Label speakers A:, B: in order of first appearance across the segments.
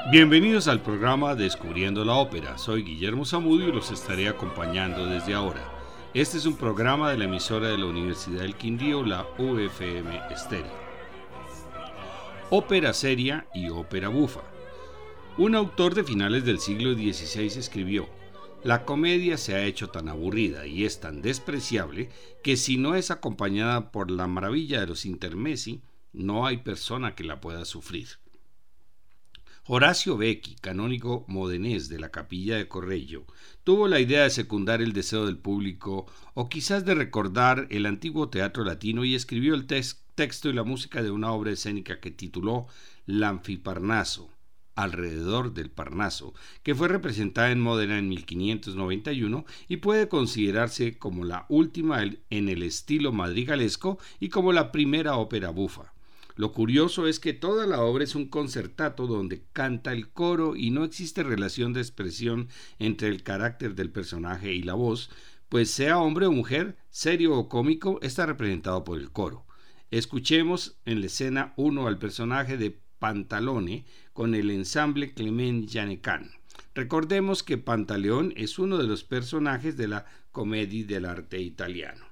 A: Bienvenidos al programa Descubriendo la Ópera. Soy Guillermo Zamudio y los estaré acompañando desde ahora. Este es un programa de la emisora de la Universidad del Quindío, la UFM Estéreo. Ópera seria y ópera bufa. Un autor de finales del siglo XVI escribió: la comedia se ha hecho tan aburrida y es tan despreciable que si no es acompañada por la maravilla de los intermezzi, no hay persona que la pueda sufrir. Horacio Becchi, canónigo modenés de la Capilla de Correggio, tuvo la idea de secundar el deseo del público o quizás de recordar el antiguo teatro latino y escribió el texto y la música de una obra escénica que tituló L'Anfiparnaso, alrededor del Parnaso, que fue representada en Módena en 1591 y puede considerarse como la última en el estilo madrigalesco y como la primera ópera bufa. Lo curioso es que toda la obra es un concertato donde canta el coro y no existe relación de expresión entre el carácter del personaje y la voz, pues sea hombre o mujer, serio o cómico, está representado por el coro. Escuchemos en la escena 1 al personaje de Pantalone con el ensamble Clement Janecan. Recordemos que Pantaleón es uno de los personajes de la Commedia dell'arte italiano.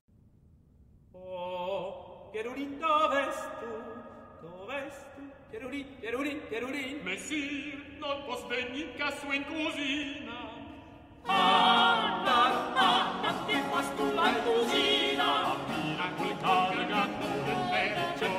B: Oh, Pierurin, dove tu? Pierurin.
C: Messir, non pos venir ca sua in cusina.
B: Anna, che fas tu la cusina?
C: Appena col carga del peggio.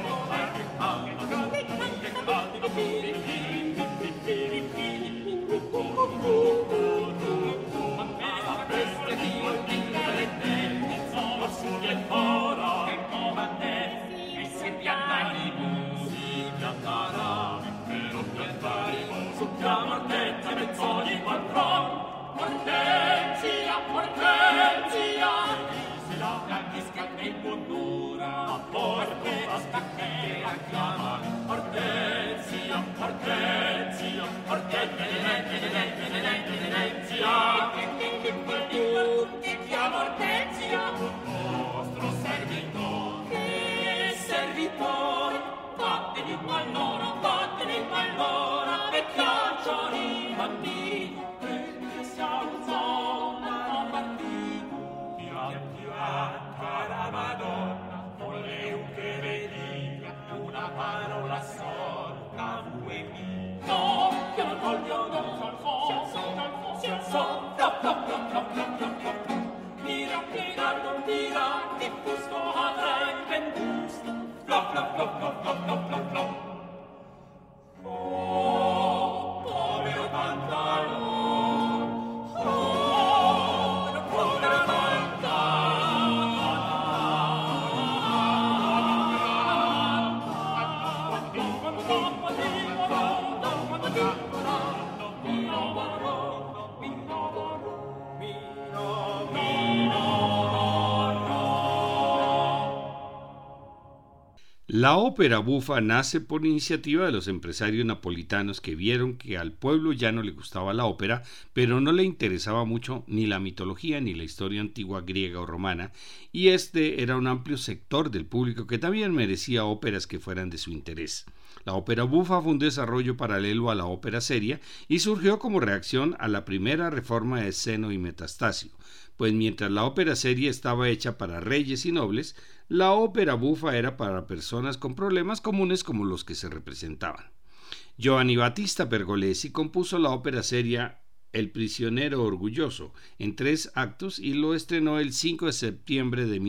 A: La ópera bufa nace por iniciativa de los empresarios napolitanos que vieron que al pueblo ya no le gustaba la ópera, pero no le interesaba mucho ni la mitología ni la historia antigua griega o romana, y este era un amplio sector del público que también merecía óperas que fueran de su interés. La ópera bufa fue un desarrollo paralelo a la ópera seria y surgió como reacción a la primera reforma de Zeno y Metastasio, pues mientras la ópera seria estaba hecha para reyes y nobles, la ópera bufa era para personas con problemas comunes como los que se representaban. Giovanni Battista Pergolesi compuso la ópera seria El prisionero orgulloso en 3 actos y lo estrenó el 5 de septiembre de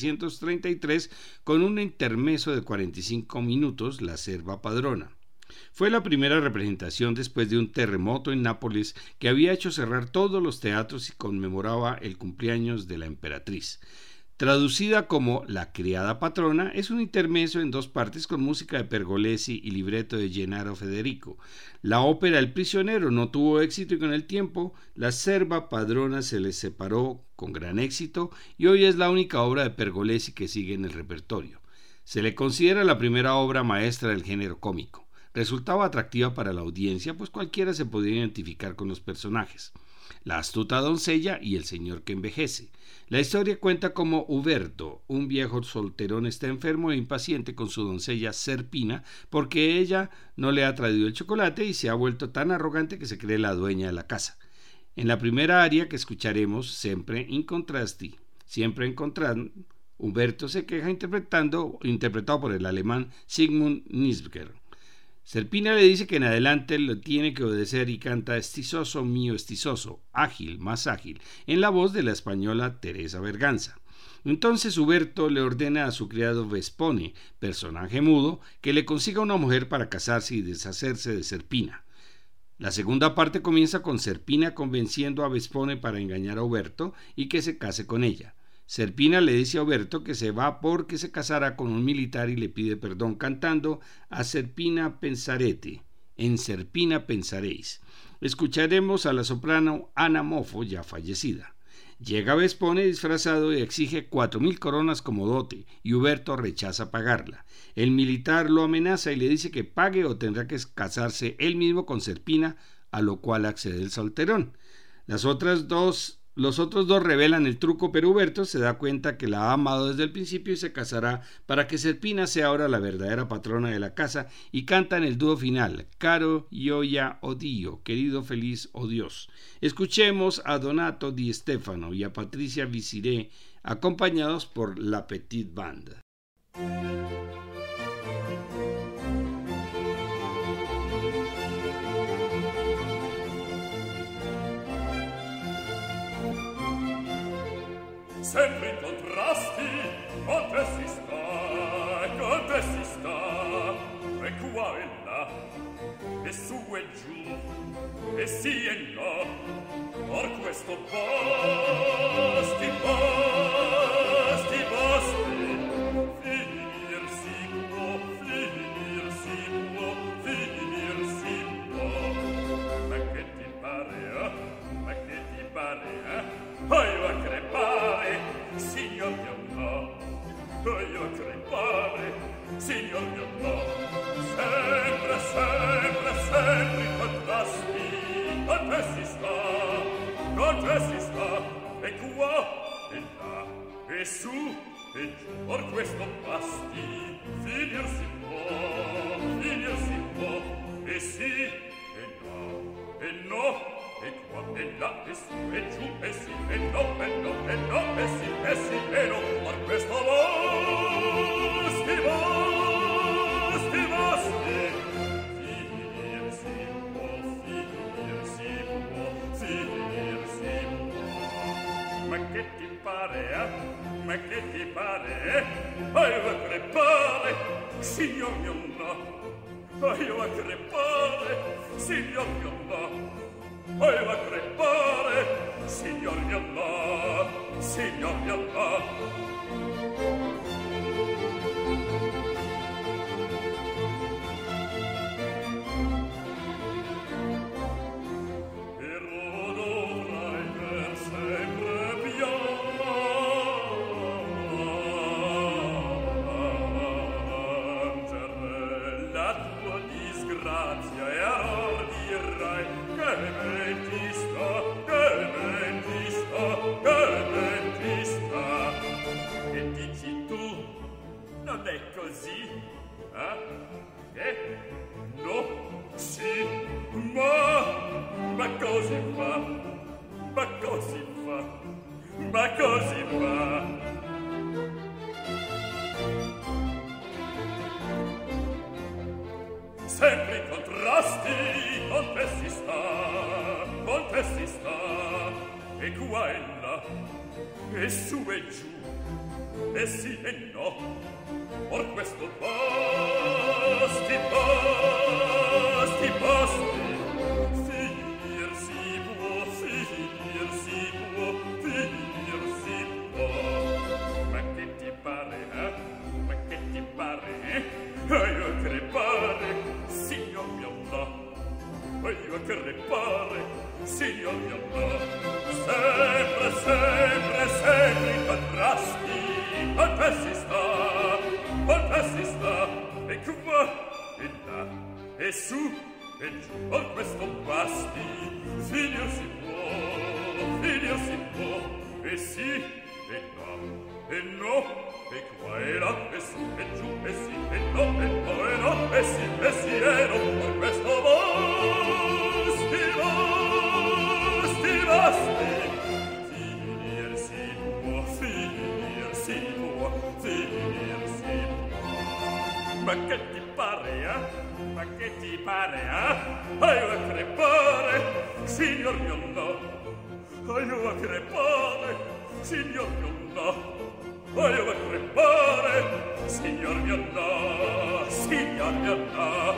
A: 1733 con un intermezzo de 45 minutos, La serva padrona. Fue la primera representación después de un terremoto en Nápoles que había hecho cerrar todos los teatros y conmemoraba el cumpleaños de la emperatriz. Traducida como La criada patrona, es un intermezzo en 2 partes con música de Pergolesi y libreto de Gennaro Federico. La ópera El prisionero no tuvo éxito y con el tiempo La serva padrona se les separó con gran éxito y hoy es la única obra de Pergolesi que sigue en el repertorio. Se le considera la primera obra maestra del género cómico. Resultaba atractiva para la audiencia, pues cualquiera se podía identificar con los personajes. La astuta doncella y el señor que envejece. La historia cuenta cómo Huberto, un viejo solterón, está enfermo e impaciente con su doncella Serpina porque ella no le ha traído el chocolate y se ha vuelto tan arrogante que se cree la dueña de la casa. En la primera aria que escucharemos, Sempre in contrasti, siempre en contraste, Huberto se queja interpretado por el alemán Sigmund Nisberger. Serpina le dice que en adelante lo tiene que obedecer y canta estizoso mío estizoso, ágil, más ágil, en la voz de la española Teresa Berganza. Entonces Huberto le ordena a su criado Vespone, personaje mudo, que le consiga una mujer para casarse y deshacerse de Serpina. La segunda parte comienza con Serpina convenciendo a Vespone para engañar a Huberto y que se case con ella. Serpina le dice a Huberto que se va porque se casará con un militar y le pide perdón cantando a Serpina pensarete, en Serpina pensaréis. Escucharemos a la soprano Ana Moffo, ya fallecida. Llega Vespone disfrazado y exige 4.000 coronas como dote y Huberto rechaza pagarla. El militar lo amenaza y le dice que pague o tendrá que casarse él mismo con Serpina, a lo cual accede el solterón. Los otros dos revelan el truco, pero Huberto se da cuenta que la ha amado desde el principio y se casará para que Serpina sea ahora la verdadera patrona de la casa y cantan el dúo final, Caro Gioia o Dio, querido feliz o Dios. Escuchemos a Donato Di Stefano y a Patricia Visiré, acompañados por la Petite Bande.
C: Sempre in contrasti, con te si sta, e qua e là, e su e giù, e sì e no, or questo basti, finir si può, ma che ti pare, io a crepare, signor mio no, io a crepare, signor mio no, sempre in contrasti, con te si sta, e qua e là, e su e giù, or questo basti, finir si può, e sì e no, e qua e là, e su e giù, e sì e no, e sì e no, or questo basti, finir si può, ma che ti pare, io a crepare, signor mio no, io a crepare, signor mio no, io a crepare, signor mio no. Ma così va. Sempre in contrasti, con te si sta, e qua e là, e su e giù, e sì e no, or questo basti, finir si può, ma che ti pare, io a crepare, signor mio no, io a crepare, signor mio no, sempre in contrasti, con te si sta, e qua e là, e su e giù con questo basti, finirsi può, e sì, e no, e qua e là, e su e giù, e sì, e no, e no, e sì, e no, con questo basti, finirsi può. Ma che ti pare, Ma che ti pare, Hai a crepare, signor mio no. Hai a crepare, signor mio no. Hai a crepare, signor mio no. Signor mio no.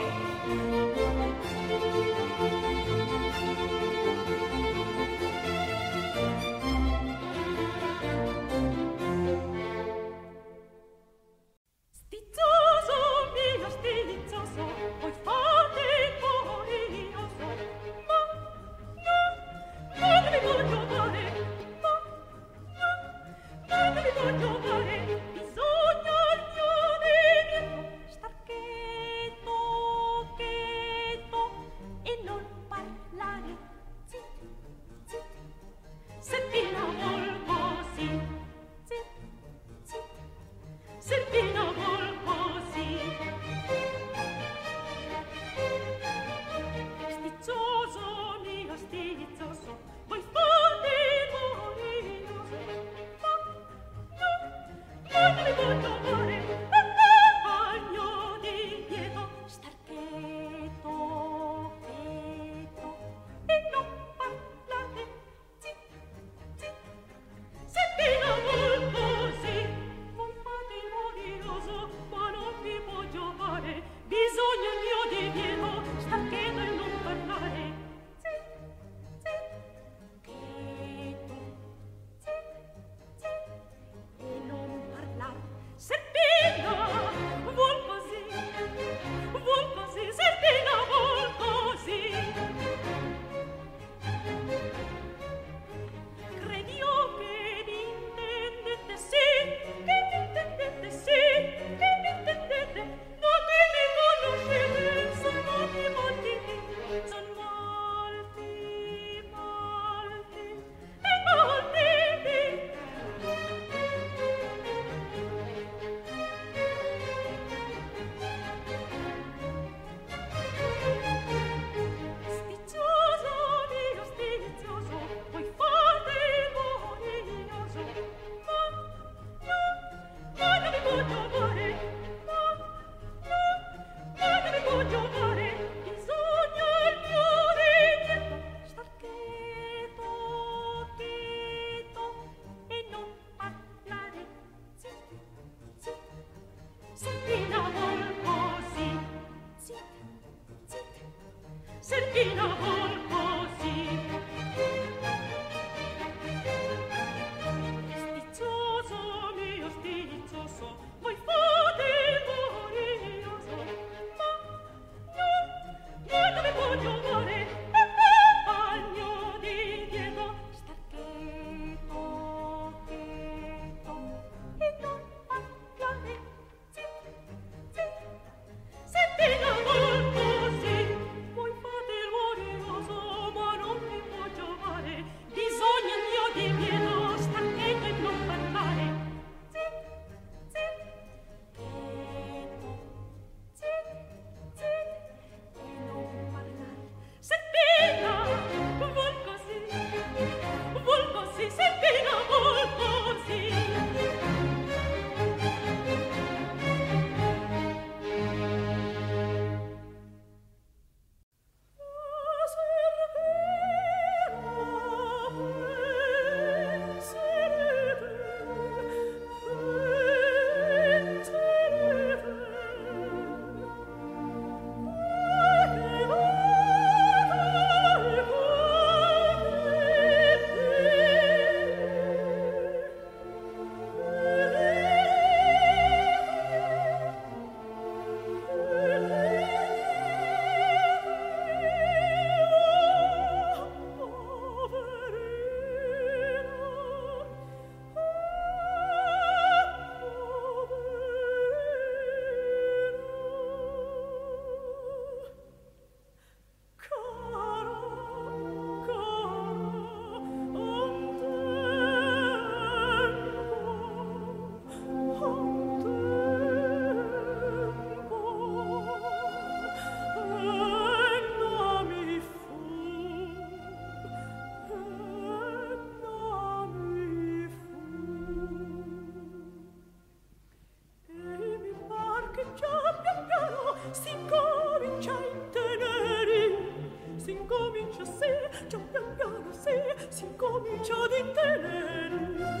D: sé, si incomincia ad intenere.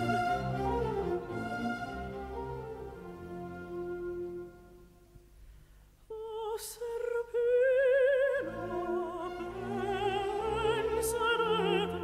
D: Oh, Serpina, penserete,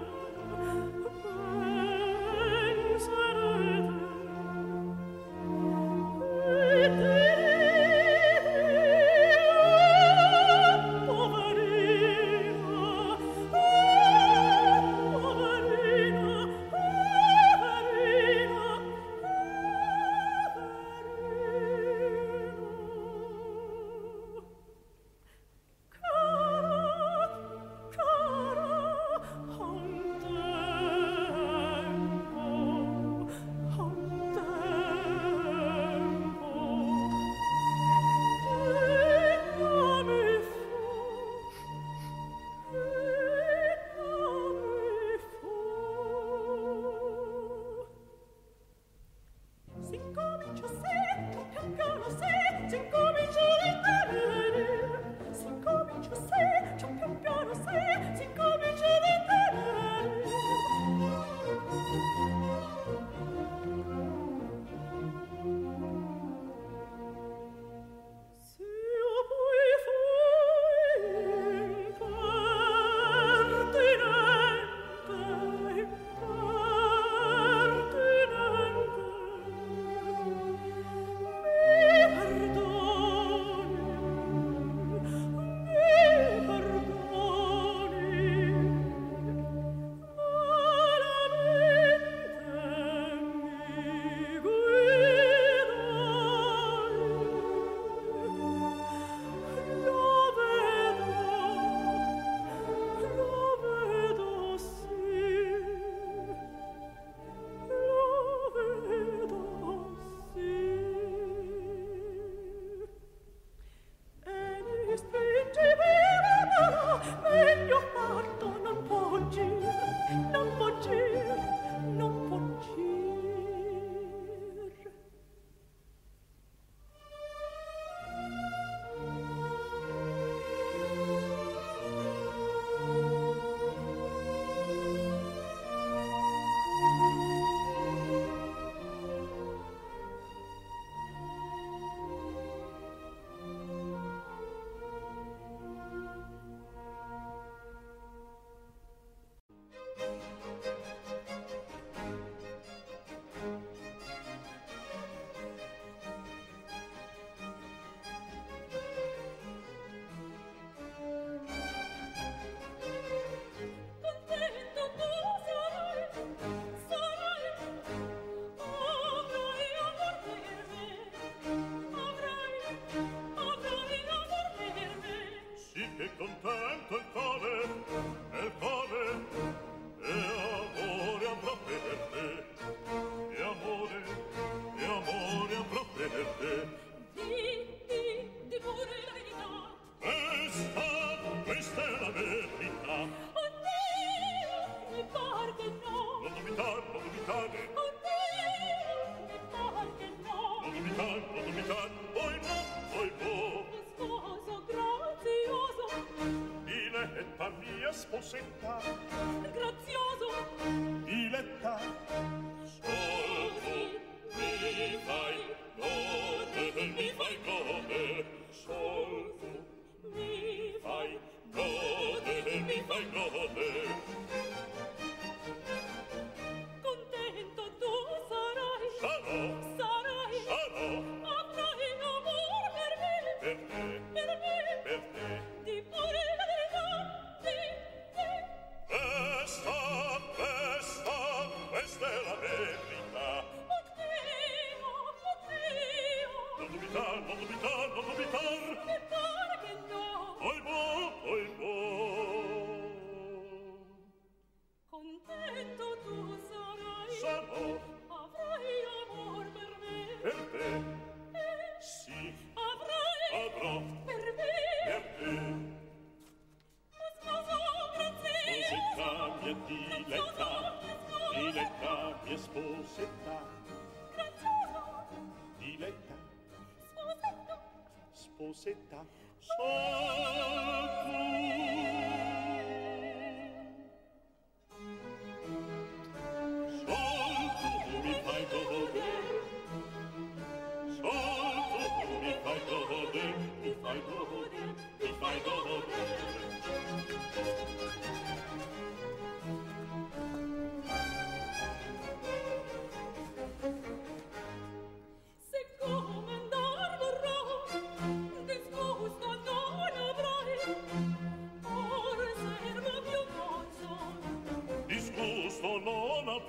C: sposetta,
D: grazioso,
C: diletta, solvo, mi fai gode, solvo, mi fai gode.
D: contento tu sarai, sarai, avrai amor per me, per me, di pure la verità,
C: Questa è la verità.
D: Oddio,
C: Non dubitar,
D: mi pare che no.
C: Oibò.
D: Contento tu sarai,
C: Sarò
D: avrai amor per me,
C: per te. Sì, avrò
D: per me,
C: per te. Sposetta mia diletta mia sposetta, diletta, sposetta, sol tu.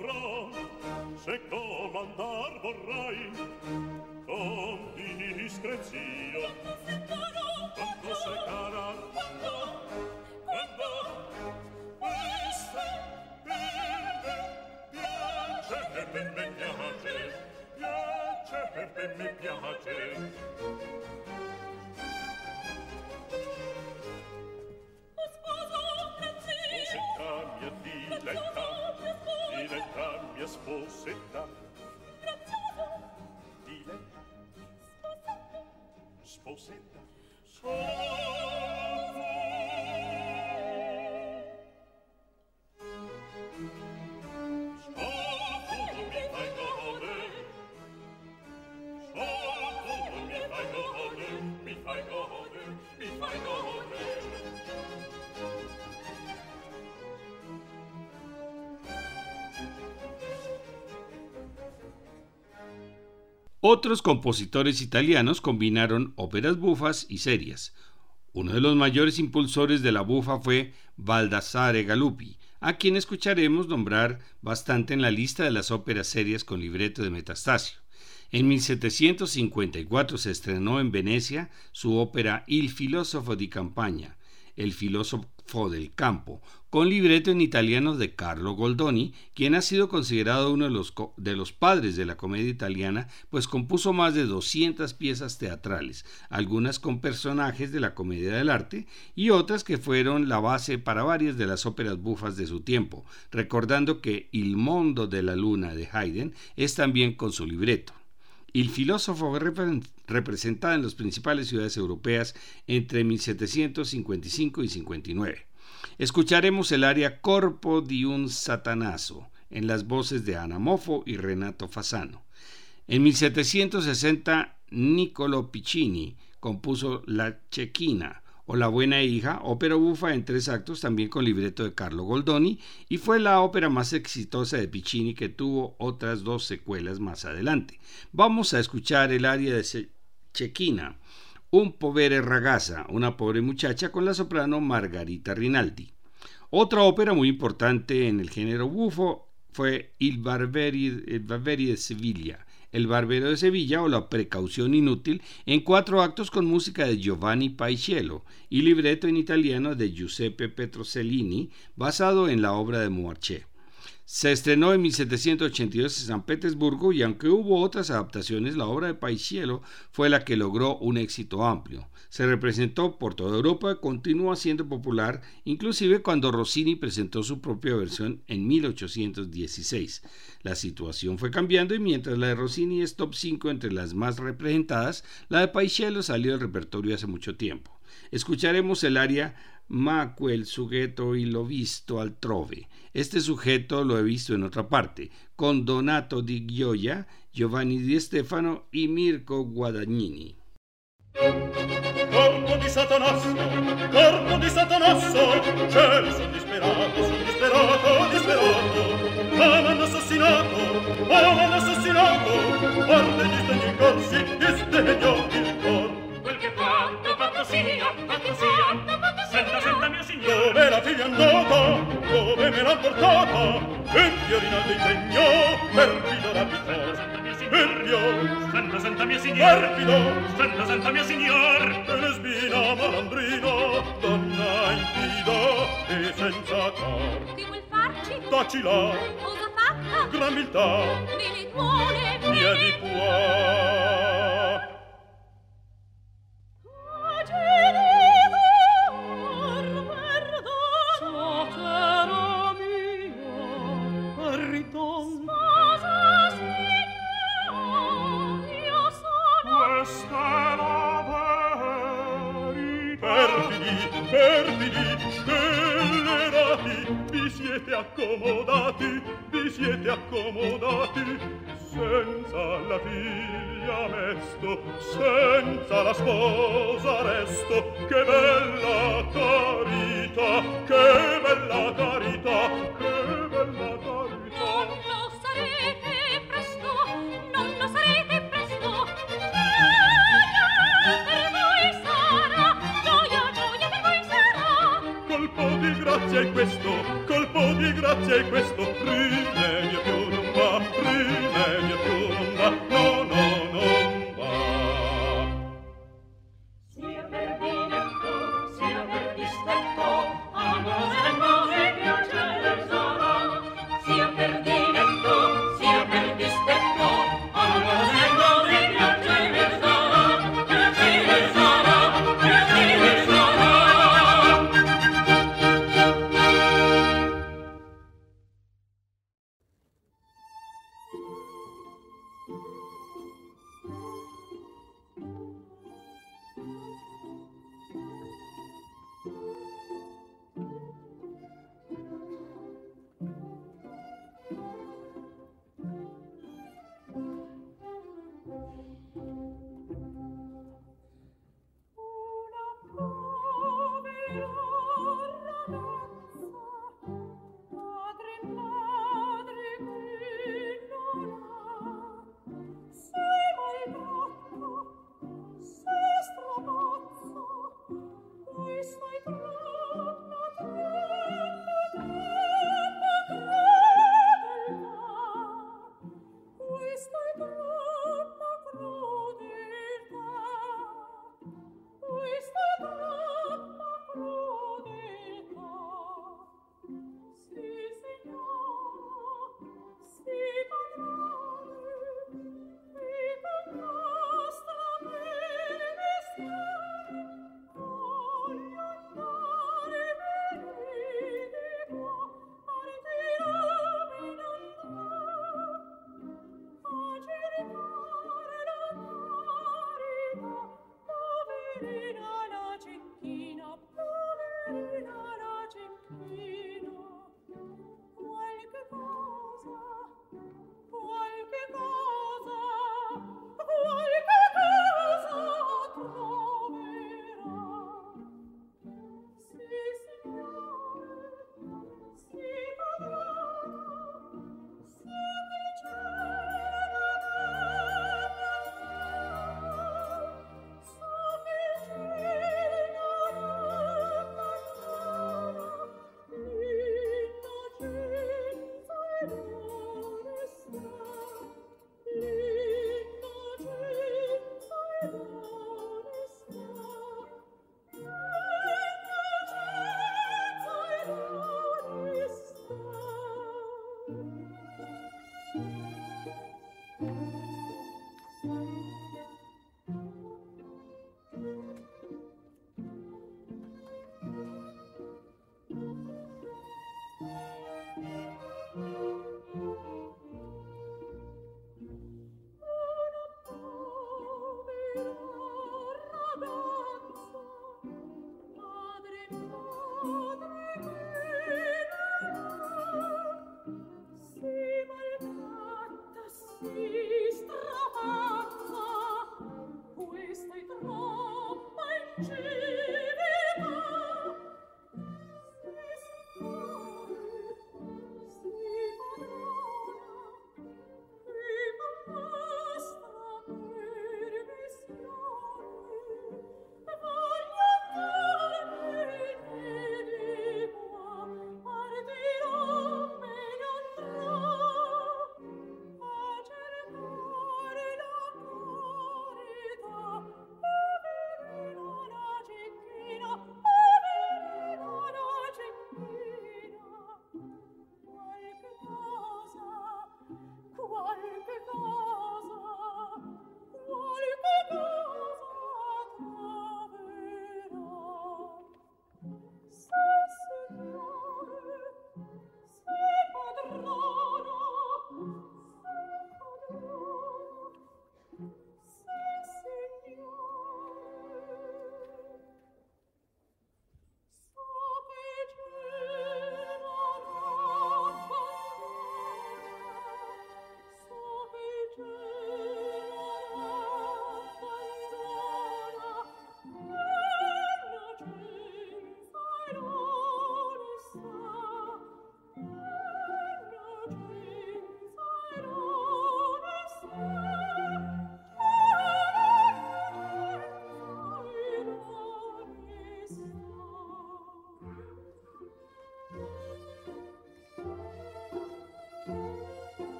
C: patrón, se comandar vorrai con discreción. Quando secarà, quando queste belle piace, per me piace, per me piace. Sposetta mia diletta, diletta mia sposetta, diletta, sposetta,
A: Otros compositores italianos combinaron óperas bufas y serias. Uno de los mayores impulsores de la bufa fue Baldassare Galuppi, a quien escucharemos nombrar bastante en la lista de las óperas serias con libreto de Metastasio. En 1754 se estrenó en Venecia su ópera Il filosofo di campagna, el filósofo del campo, con libreto en italiano de Carlo Goldoni, quien ha sido considerado uno de los padres de la comedia italiana, pues compuso más de 200 piezas teatrales, algunas con personajes de la comedia del arte y otras que fueron la base para varias de las óperas bufas de su tiempo, recordando que Il mondo della luna de Haydn es también con su libreto. El filósofo fue representado en las principales ciudades europeas entre 1755 y 59. Escucharemos el aria Corpo di un Satanaso en las voces de Anna Moffo y Renato Fasano. En 1760 Niccolò Piccini compuso La Cecchina o La buena hija, ópera bufa en 3 actos también con libreto de Carlo Goldoni, y fue la ópera más exitosa de Piccini, que tuvo otras 2 secuelas más adelante. Vamos a escuchar el aria de Cecchina, Un povere ragazza, una pobre muchacha, con la soprano Margarita Rinaldi. Otra ópera muy importante en el género bufo fue Il Barberi de Sevilla, El Barbero de Sevilla o La Precaución Inútil, en 4 actos con música de Giovanni Paisiello y libreto en italiano de Giuseppe Petrocelli, basado en la obra de Mouarché. Se estrenó en 1782 en San Petersburgo y aunque hubo otras adaptaciones, la obra de Paisiello fue la que logró un éxito amplio. Se representó por toda Europa y continúa siendo popular, inclusive cuando Rossini presentó su propia versión en 1816. La situación fue cambiando y mientras la de Rossini es top 5 entre las más representadas, la de Paisiello salió del repertorio hace mucho tiempo. Escucharemos el aria Ma quel suggetto l'ho visto altrove. Este sujeto lo he visto en otra parte, con Donato di Gioia, Giovanni Di Stefano y Mirko Guadagnini.
C: Corpo di Satanasso, cielo son disperato, disperato. M'hanno assassinato, guarda gli stegni corsi, gli stegno il cor.
B: Quel che fatto sia, senta mio signore.
C: Dove la figlia è andata, dove me l'ha portata, e Fiorina del degno, perfido rapitò.
B: Senta mio signor,
C: Perfido,
B: senta mio signor.
C: e lesbina malandrina, donna impida e senza car.
D: Che vuol farci?
C: Dacci là,
D: Cosa fatta?
C: gran viltà,
D: Me ne duole,
C: via di qua. Perfidi, scellerati, vi siete accomodati, senza la figlia mesto, senza la sposa resto. Che bella carità, che bella carità, che bella carità.
D: Non lo sarete presto. Gioia per voi sarà, gioia per voi sarà.
C: Colpo di grazia è questo, rimedio più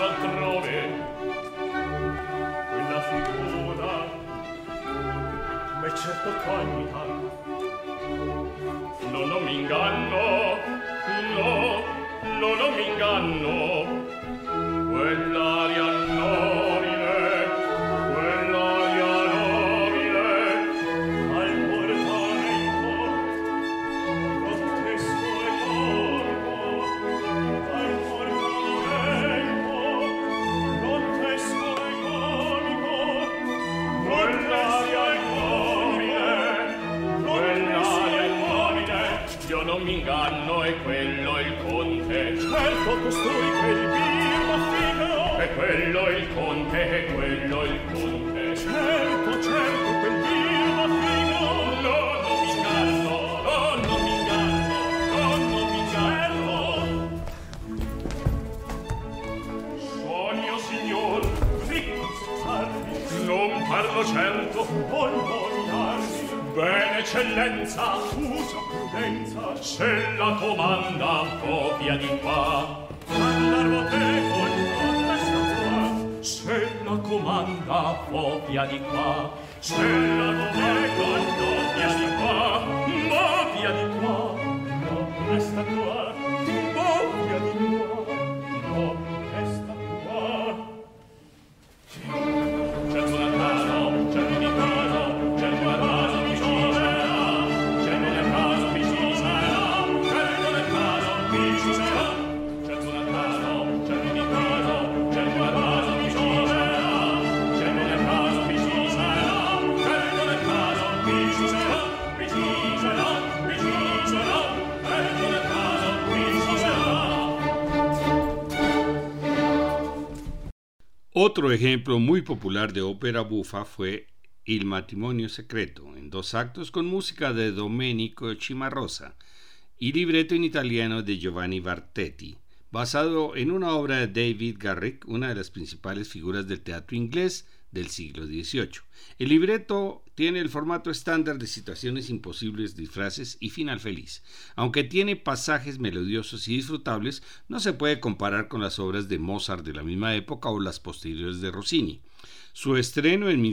C: altrove quella figura m'è certo cognita non mi inganno non mi inganno quell'aria nobile al portamento grottesco e corpo al portamento grottesco e comico quell'aria nobile io non mi inganno è quello il conte certo costui quel birba figo è quello il conte certo quel birba figo non mi inganno sogno signor non parlo certo vogliarmi bene eccellenza usa prudenza se la comanda copia di qua andar bottegol questa tua se la comanda copia di qua se la bottegol copia di qua copia di qua no questa tua copia di qua no questa tua certo una casa certo di casa certo una casa vicina certo una casa vicina certo una casa vicina certo una casa certo di casa certo una casa vicina certo una casa vicina certo una casa vicina certo una casa vicina
A: Otro ejemplo muy popular de ópera bufa fue Il matrimonio secreto, en 2 actos con música de Domenico Cimarosa y libreto en italiano de Giovanni Vartetti, basado en una obra de David Garrick, una de las principales figuras del teatro inglés del siglo XVIII. El libreto tiene el formato estándar de situaciones imposibles, disfraces y final feliz. Aunque tiene pasajes melodiosos y disfrutables, no se puede comparar con las obras de Mozart de la misma época o las posteriores de Rossini. Su estreno en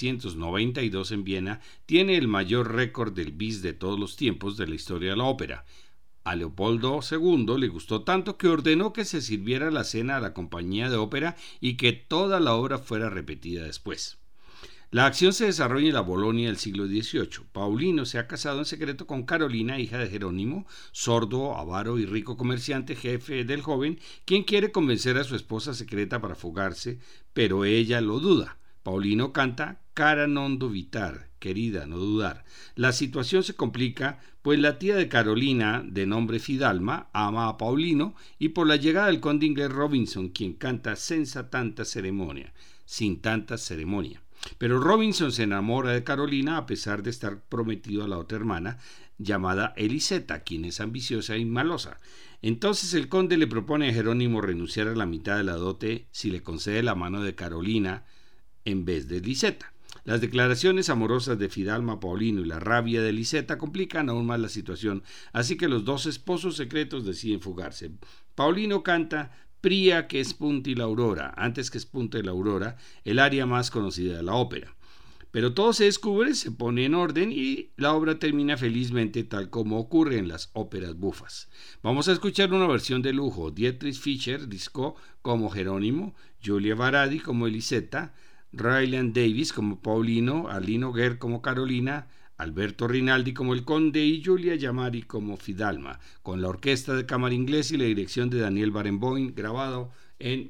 A: 1792 en Viena tiene el mayor récord del bis de todos los tiempos de la historia de la ópera. A Leopoldo II le gustó tanto que ordenó que se sirviera la cena a la compañía de ópera y que toda la obra fuera repetida después. La acción se desarrolla en la Bolonia del siglo XVIII. Paulino se ha casado en secreto con Carolina, hija de Jerónimo, sordo, avaro y rico comerciante, jefe del joven, quien quiere convencer a su esposa secreta para fugarse, pero ella lo duda. Paulino canta «Cara non dubitar», querida, no dudar. La situación se complica, pues la tía de Carolina, de nombre Fidalma, ama a Paulino, y por la llegada del conde inglés Robinson, quien canta «Senza tanta ceremonia», sin tanta ceremonia. Pero Robinson se enamora de Carolina a pesar de estar prometido a la otra hermana, llamada Eliseta, quien es ambiciosa y malosa. Entonces el conde le propone a Jerónimo renunciar a la mitad de la dote si le concede la mano de Carolina en vez de Eliseta. Las declaraciones amorosas de Fidalma a Paulino y la rabia de Eliseta complican aún más la situación, así que los dos esposos secretos deciden fugarse. Paulino canta «Pria che spunti l'aurora», antes que espunte la aurora, el aria más conocida de la ópera. Pero todo se descubre, se pone en orden y la obra termina felizmente tal como ocurre en las óperas bufas. Vamos a escuchar una versión de lujo. Dietrich Fischer discó como Jerónimo, Julia Varadi como Eliseta, Ryland Davis como Paulino, Arlene Auger como Carolina, Alberto Rinaldi como el conde y Giulia Giamari como Fidalma, con la orquesta de cámara inglés y la dirección de Daniel Barenboim, grabado en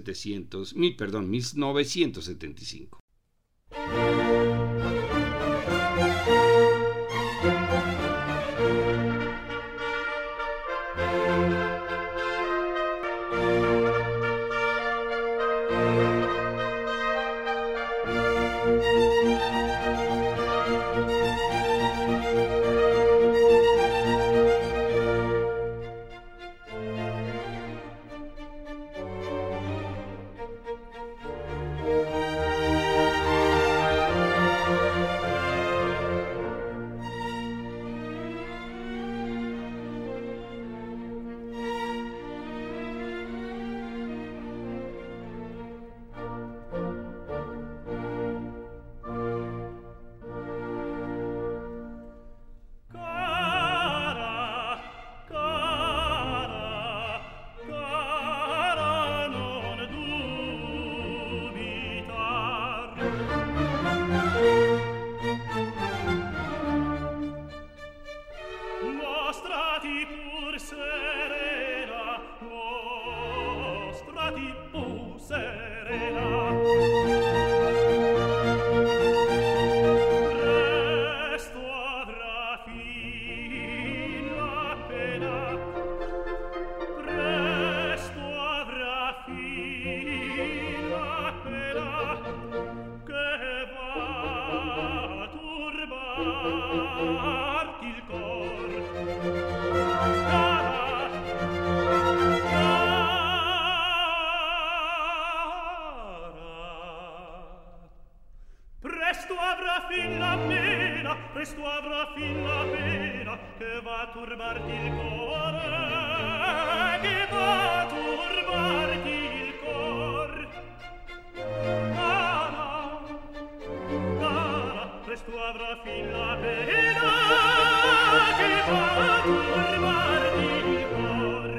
A: 1975.
C: sposarti il cor. Presto avrà fin la pena, presto avrà fin la pena, che va a turbarti il cuore, che va a turbarti il cor. Cara, cara, presto avrà fin la pena, che va a turbarti il cor.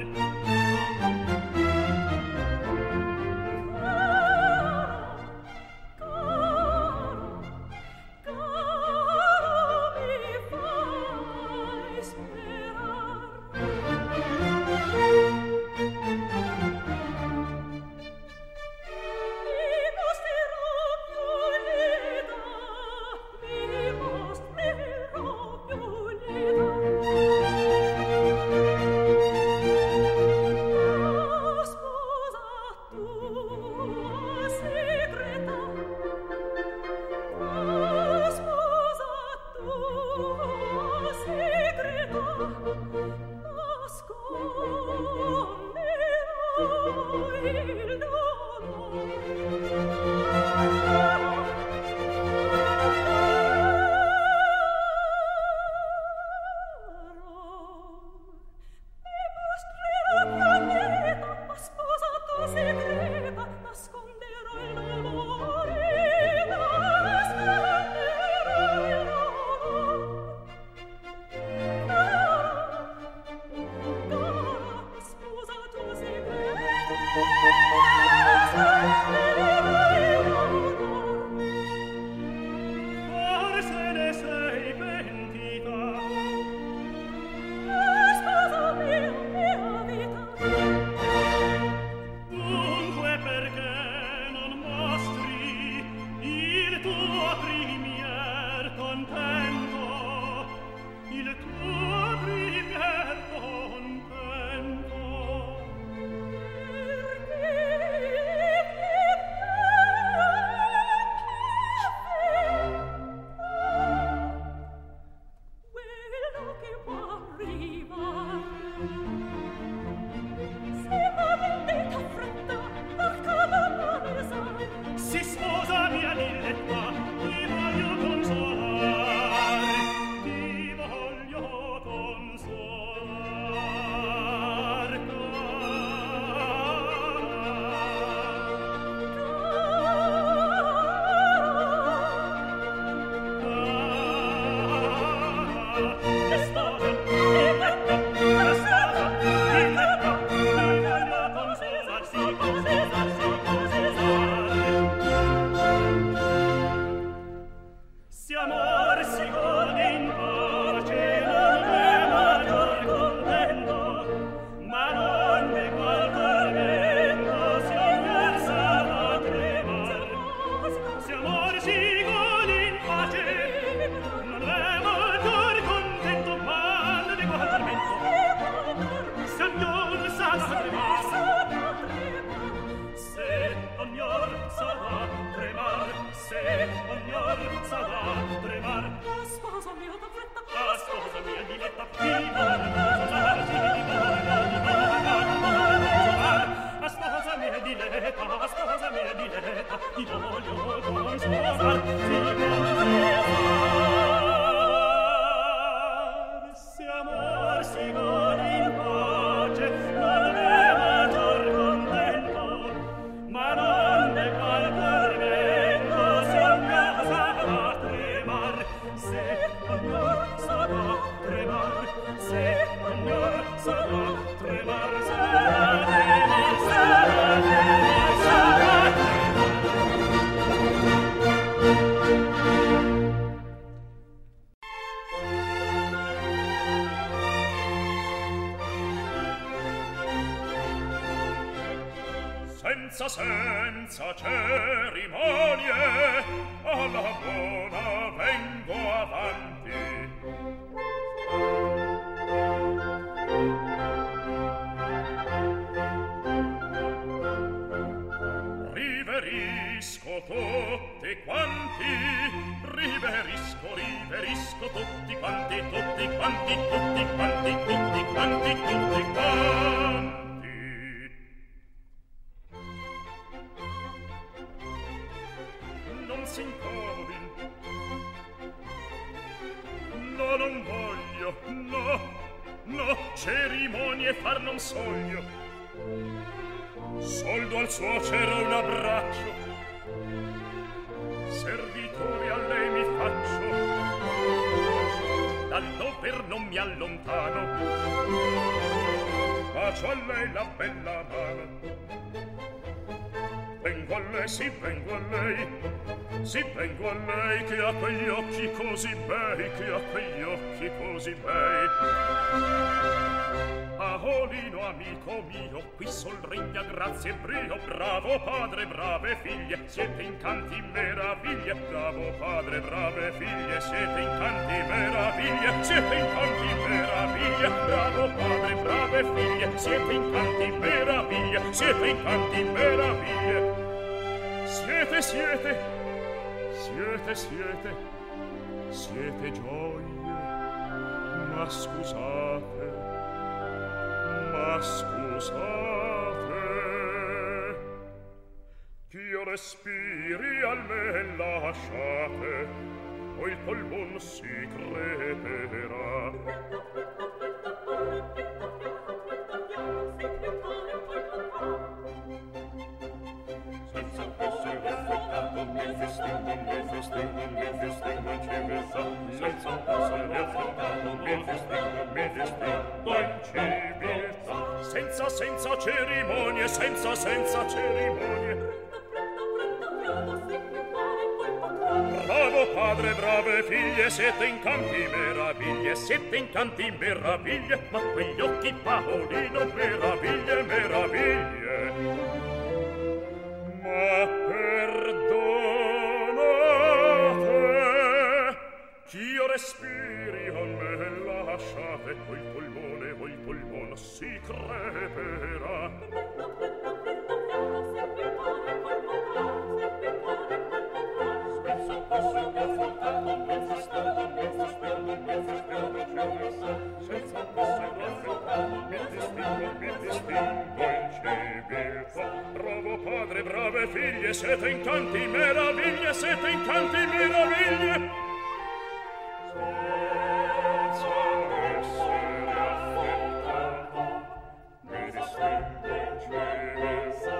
B: Senza cerimonie alla buona vengo avanti. Riverisco tutti quanti
C: amanti, riverisco, riverisco tutti quanti, tutti quanti, tutti quanti, tutti quanti, tutti quanti. Non si incomodin. No, non voglio, no, no, cerimonie far non soglio. Soldo al suocero un abbraccio, servitore a lei mi faccio, dal dover non mi allontano, bacio a lei la bella mano. Vengo a lei, sì, vengo a lei, sì, vengo a lei, che ha quegli occhi così bei, che ha quegli occhi così bei. Paolino, amico mio, qui sol regna grazia e brio, bravo padre, brave figlie, siete incanti meraviglie, bravo padre, brave figlie, siete incanti meraviglie, siete incanti meraviglie, bravo padre, brave figlie, siete incanti meraviglie, siete incanti meraviglie. Siete, siete, siete, siete, siete gioie, ma scusate, ma scusate, ch'io respiri almen lasciate, poi il polvon si creperà. Senza essere affettato, mi festeggo, mi festeggo, mi festeggo in civiltà. Senza essere affettato, mi festeggo, mi festeggo in civiltà. Senza cerimonie, senza cerimonie. Bravo padre, brave figlie, siete incanti meraviglie, siete incanti meraviglie, ma quegli occhi Paolino, meraviglie, meraviglie. Ma perdonate, ch'io respiri a me lasciate, o il polmone si creperà. Bravo padre, brave figlie, siete incanti meraviglie, siete incanti meraviglie. Senza essere affettato, mi distingo in civiltà.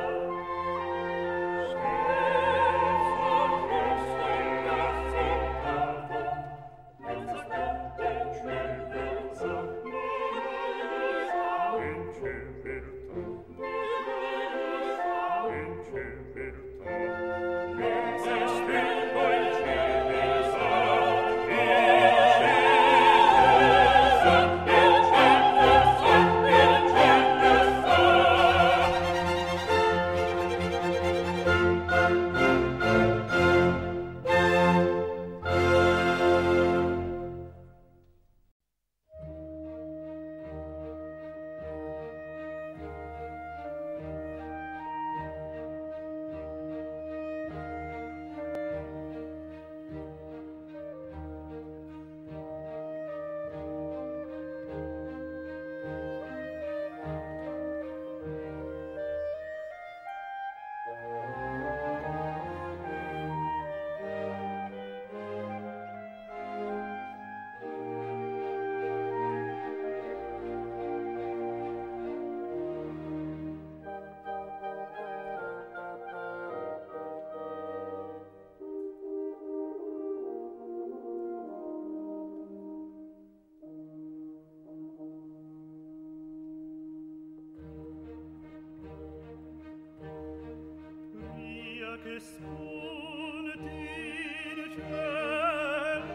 C: Che spunti in cielo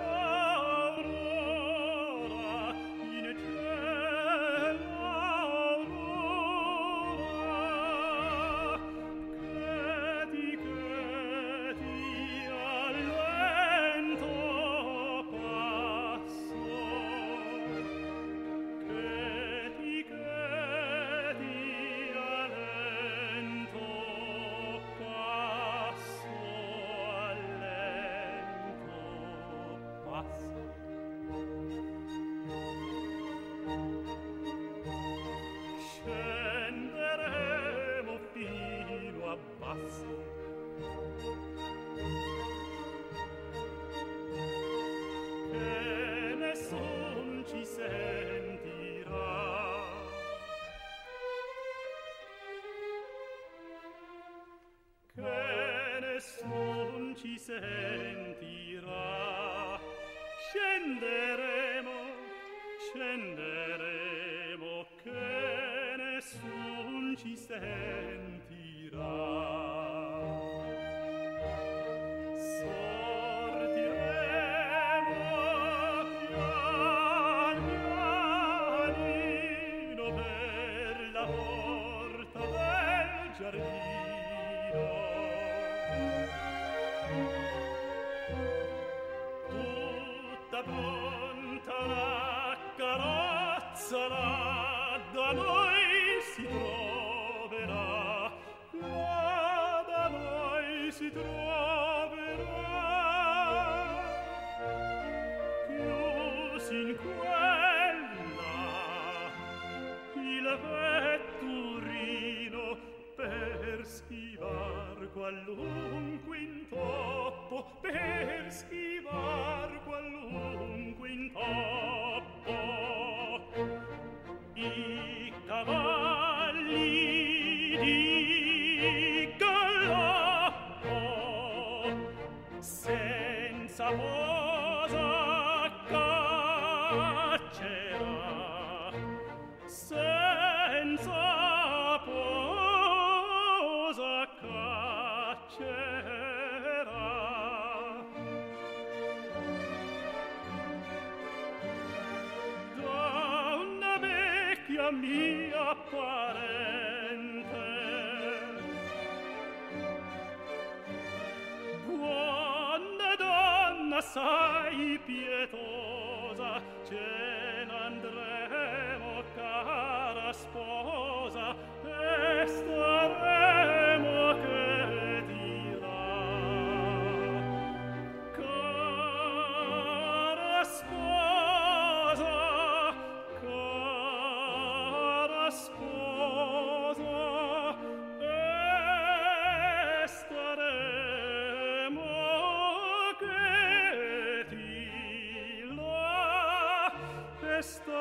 C: aurora, in cielo aurora, cheti al vento passo, cheti al vento passo.
E: sentirà. Scenderemo che nessun ci sentirà. Tutta pronta la carrozza là da noi si troverà, là da noi si troverà, chiusi in quella il vetturino per schivar qualunque intoppo, per schivar qualunque intoppo. I cavalli di galoppo senza posa caccerà, senza posa caccerà. Da una vecchia mia parente, buona donna assai pietosa, ce n'andremo cara sposa e staremo che dirà. Cara sposa, e staremo che dirà, e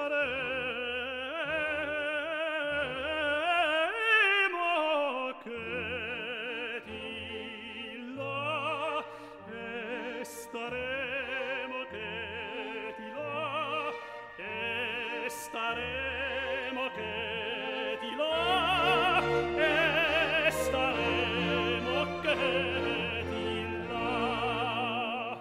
E: staremo che dirà, e staremo che dirà, e staremo che dirà, e staremo che dirà.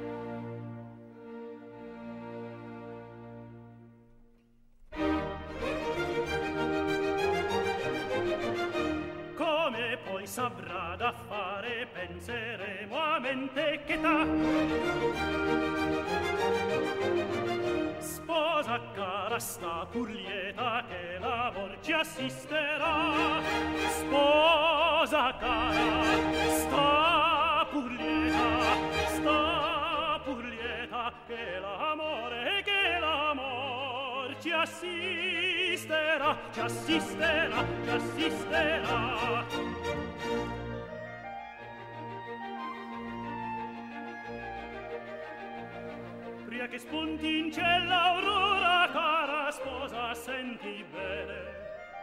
E: Come poi saprà da fare, penseremo a mente che t'ha. Sposa cara, sta pur lieta che l'amor ci assisterà. Sposa cara, sta pur lieta che l'amor ci assisterà, ci assisterà, ci assisterà. Pria che spunti in cielo l'aurora, cara sposa, senti bene.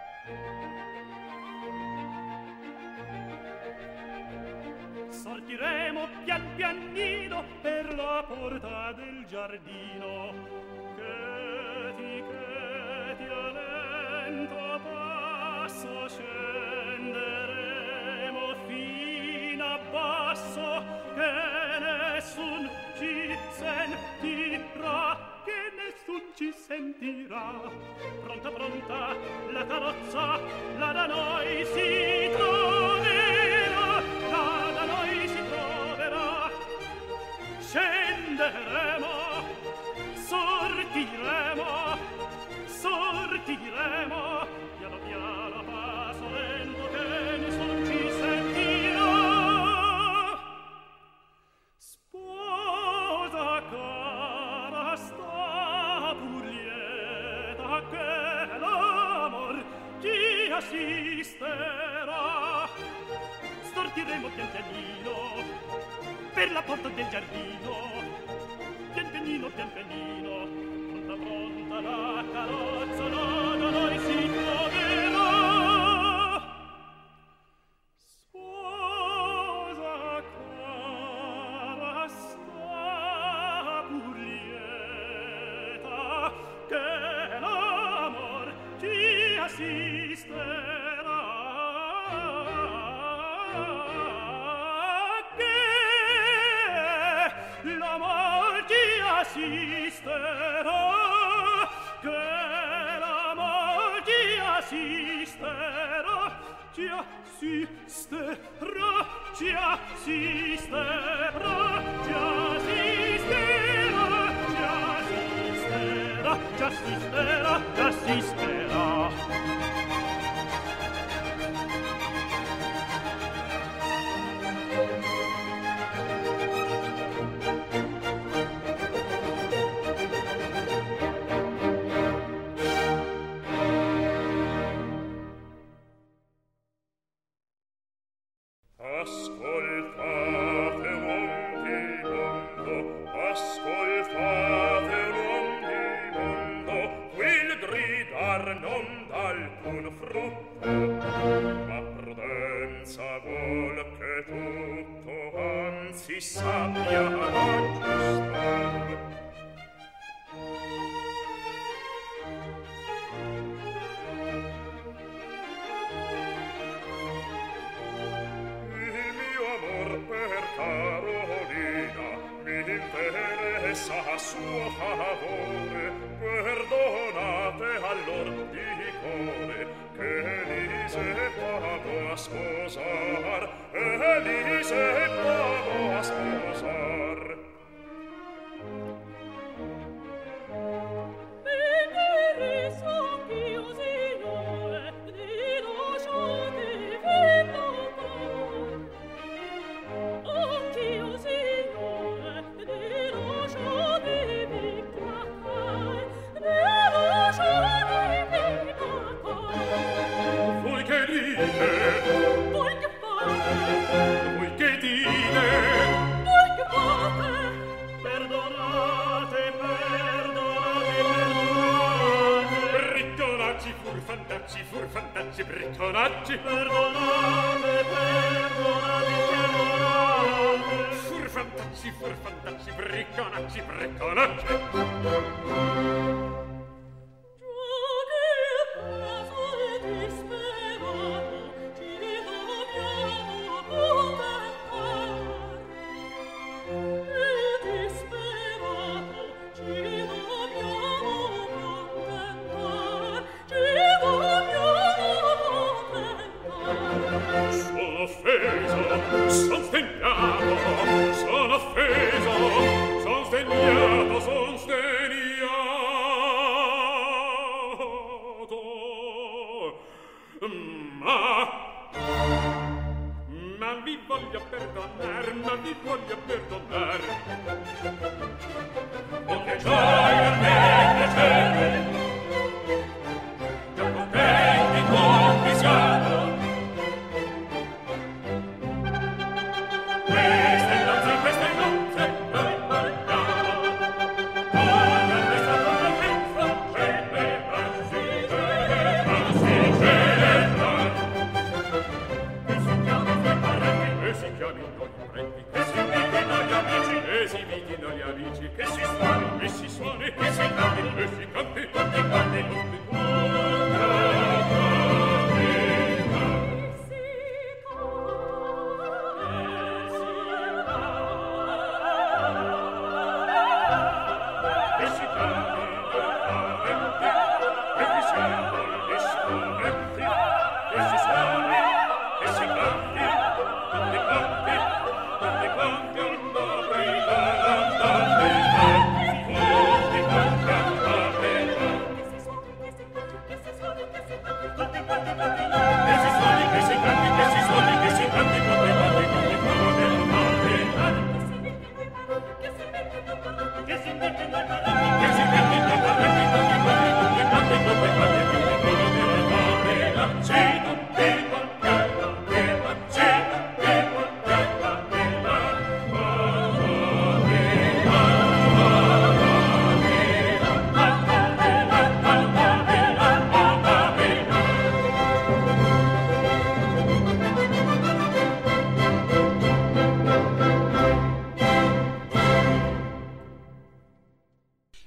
E: Sortiremo pian pianino per la porta del giardino, che ti a lento passo scenderemo fin a basso, che nessun ci sentirà, che nessun ci sentirà. Pronta, pronta la carrozza, là da noi si troverà, là da noi si troverà. Scenderemo, sortiremo, piano piano, passo lento, che nessun ci sentirà. Sposa cara, sta pur lieta che l'amor ti assisterà. Sortiremo pian pianino per la porta del giardino, pian pianino, pian pianino. Pronta, pronta la carrozza, là da noi si troverà. Sposa cara, assisterà, che l'amor ti assisterà, che l'amor ti assisterà, ti assisterà, ti assisterà, ti assisterà, ti assisterà, ti assisterà, ti assisterà.
C: Ascoltate mondi mondo, ascoltate mondi mondo, qui il gridar non dà alcun frutto, ma prudenza vuol che tutto anzi sappia aggiustar. Carolina mi interessa a suo favore, perdonate allor di cuore che Elise pago a sposar, Elise pago a sposar.
D: Venere son io, Signore, di lasciate vengo cor. Anch'io, Signore, di lasciate vengo cor, di lasciate vengo cor.
C: Voi che dite?
D: Voi che fate?
C: Voi che dite?
D: Voi che fate?
E: Perdonate, perdonate, perdonate.
C: Bricconacci, furfantacci, furfantacci, bricconacci.
E: Perdonate, perdonate, perdonate.
C: Furfantacci, furfantacci, bricconacci, bricconacci.
D: Già che il caso è disperato, ci dobbiamo contentar. È disperato, ci dobbiamo contentar, ci dobbiamo contentar.
C: Sono offeso, son sdegnato, sono offeso, son sdegnato, son sdegnato. Ma vi voglio perdonar, ma vi voglio perdonar. Oh, che gioia, che piacere, che contenti, confissiamo. Queste nozze, queste nozze, noi parliamo. Con la nostra contentezza celebra, si celebra, si celebra. E si chiamino i parenti, e si chiamino i parenti, e si invitino gli amici, e si invitino gli amici, che si suoni, e si suoni, e si canti, e si canti, tutti quanti, tutti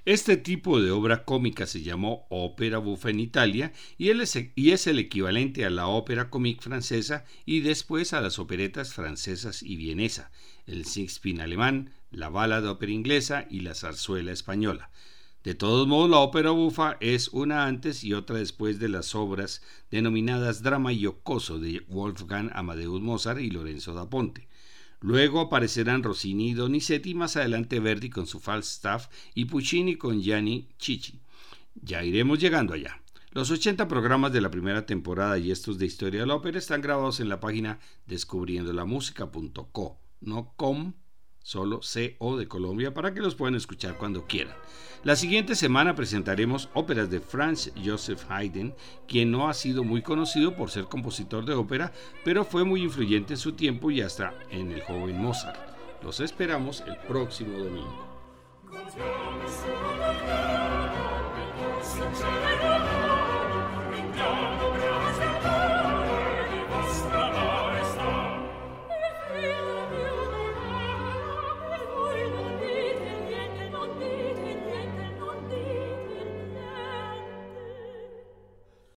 A: Este tipo de obra cómica se llamó ópera buffa en Italia y es el equivalente a la ópera comique francesa y después a las operetas francesas y vienesa, el Singspiel alemán, la balada ópera inglesa y la zarzuela española. De todos modos, la ópera bufa es una antes y otra después de las obras denominadas drama jocoso de Wolfgang Amadeus Mozart y Lorenzo da Ponte. Luego aparecerán Rossini y Donizetti y más adelante Verdi con su Falstaff y Puccini con Gianni Schicchi. Ya iremos llegando allá. Los 80 programas de la primera temporada y estos de Historia de la Ópera están grabados en la página descubriendolamusica.co, no com, solo CO de Colombia, para que los puedan escuchar cuando quieran. La siguiente semana presentaremos óperas de Franz Joseph Haydn, quien no ha sido muy conocido por ser compositor de ópera, pero fue muy influyente en su tiempo y hasta en el joven Mozart. Los esperamos el próximo domingo.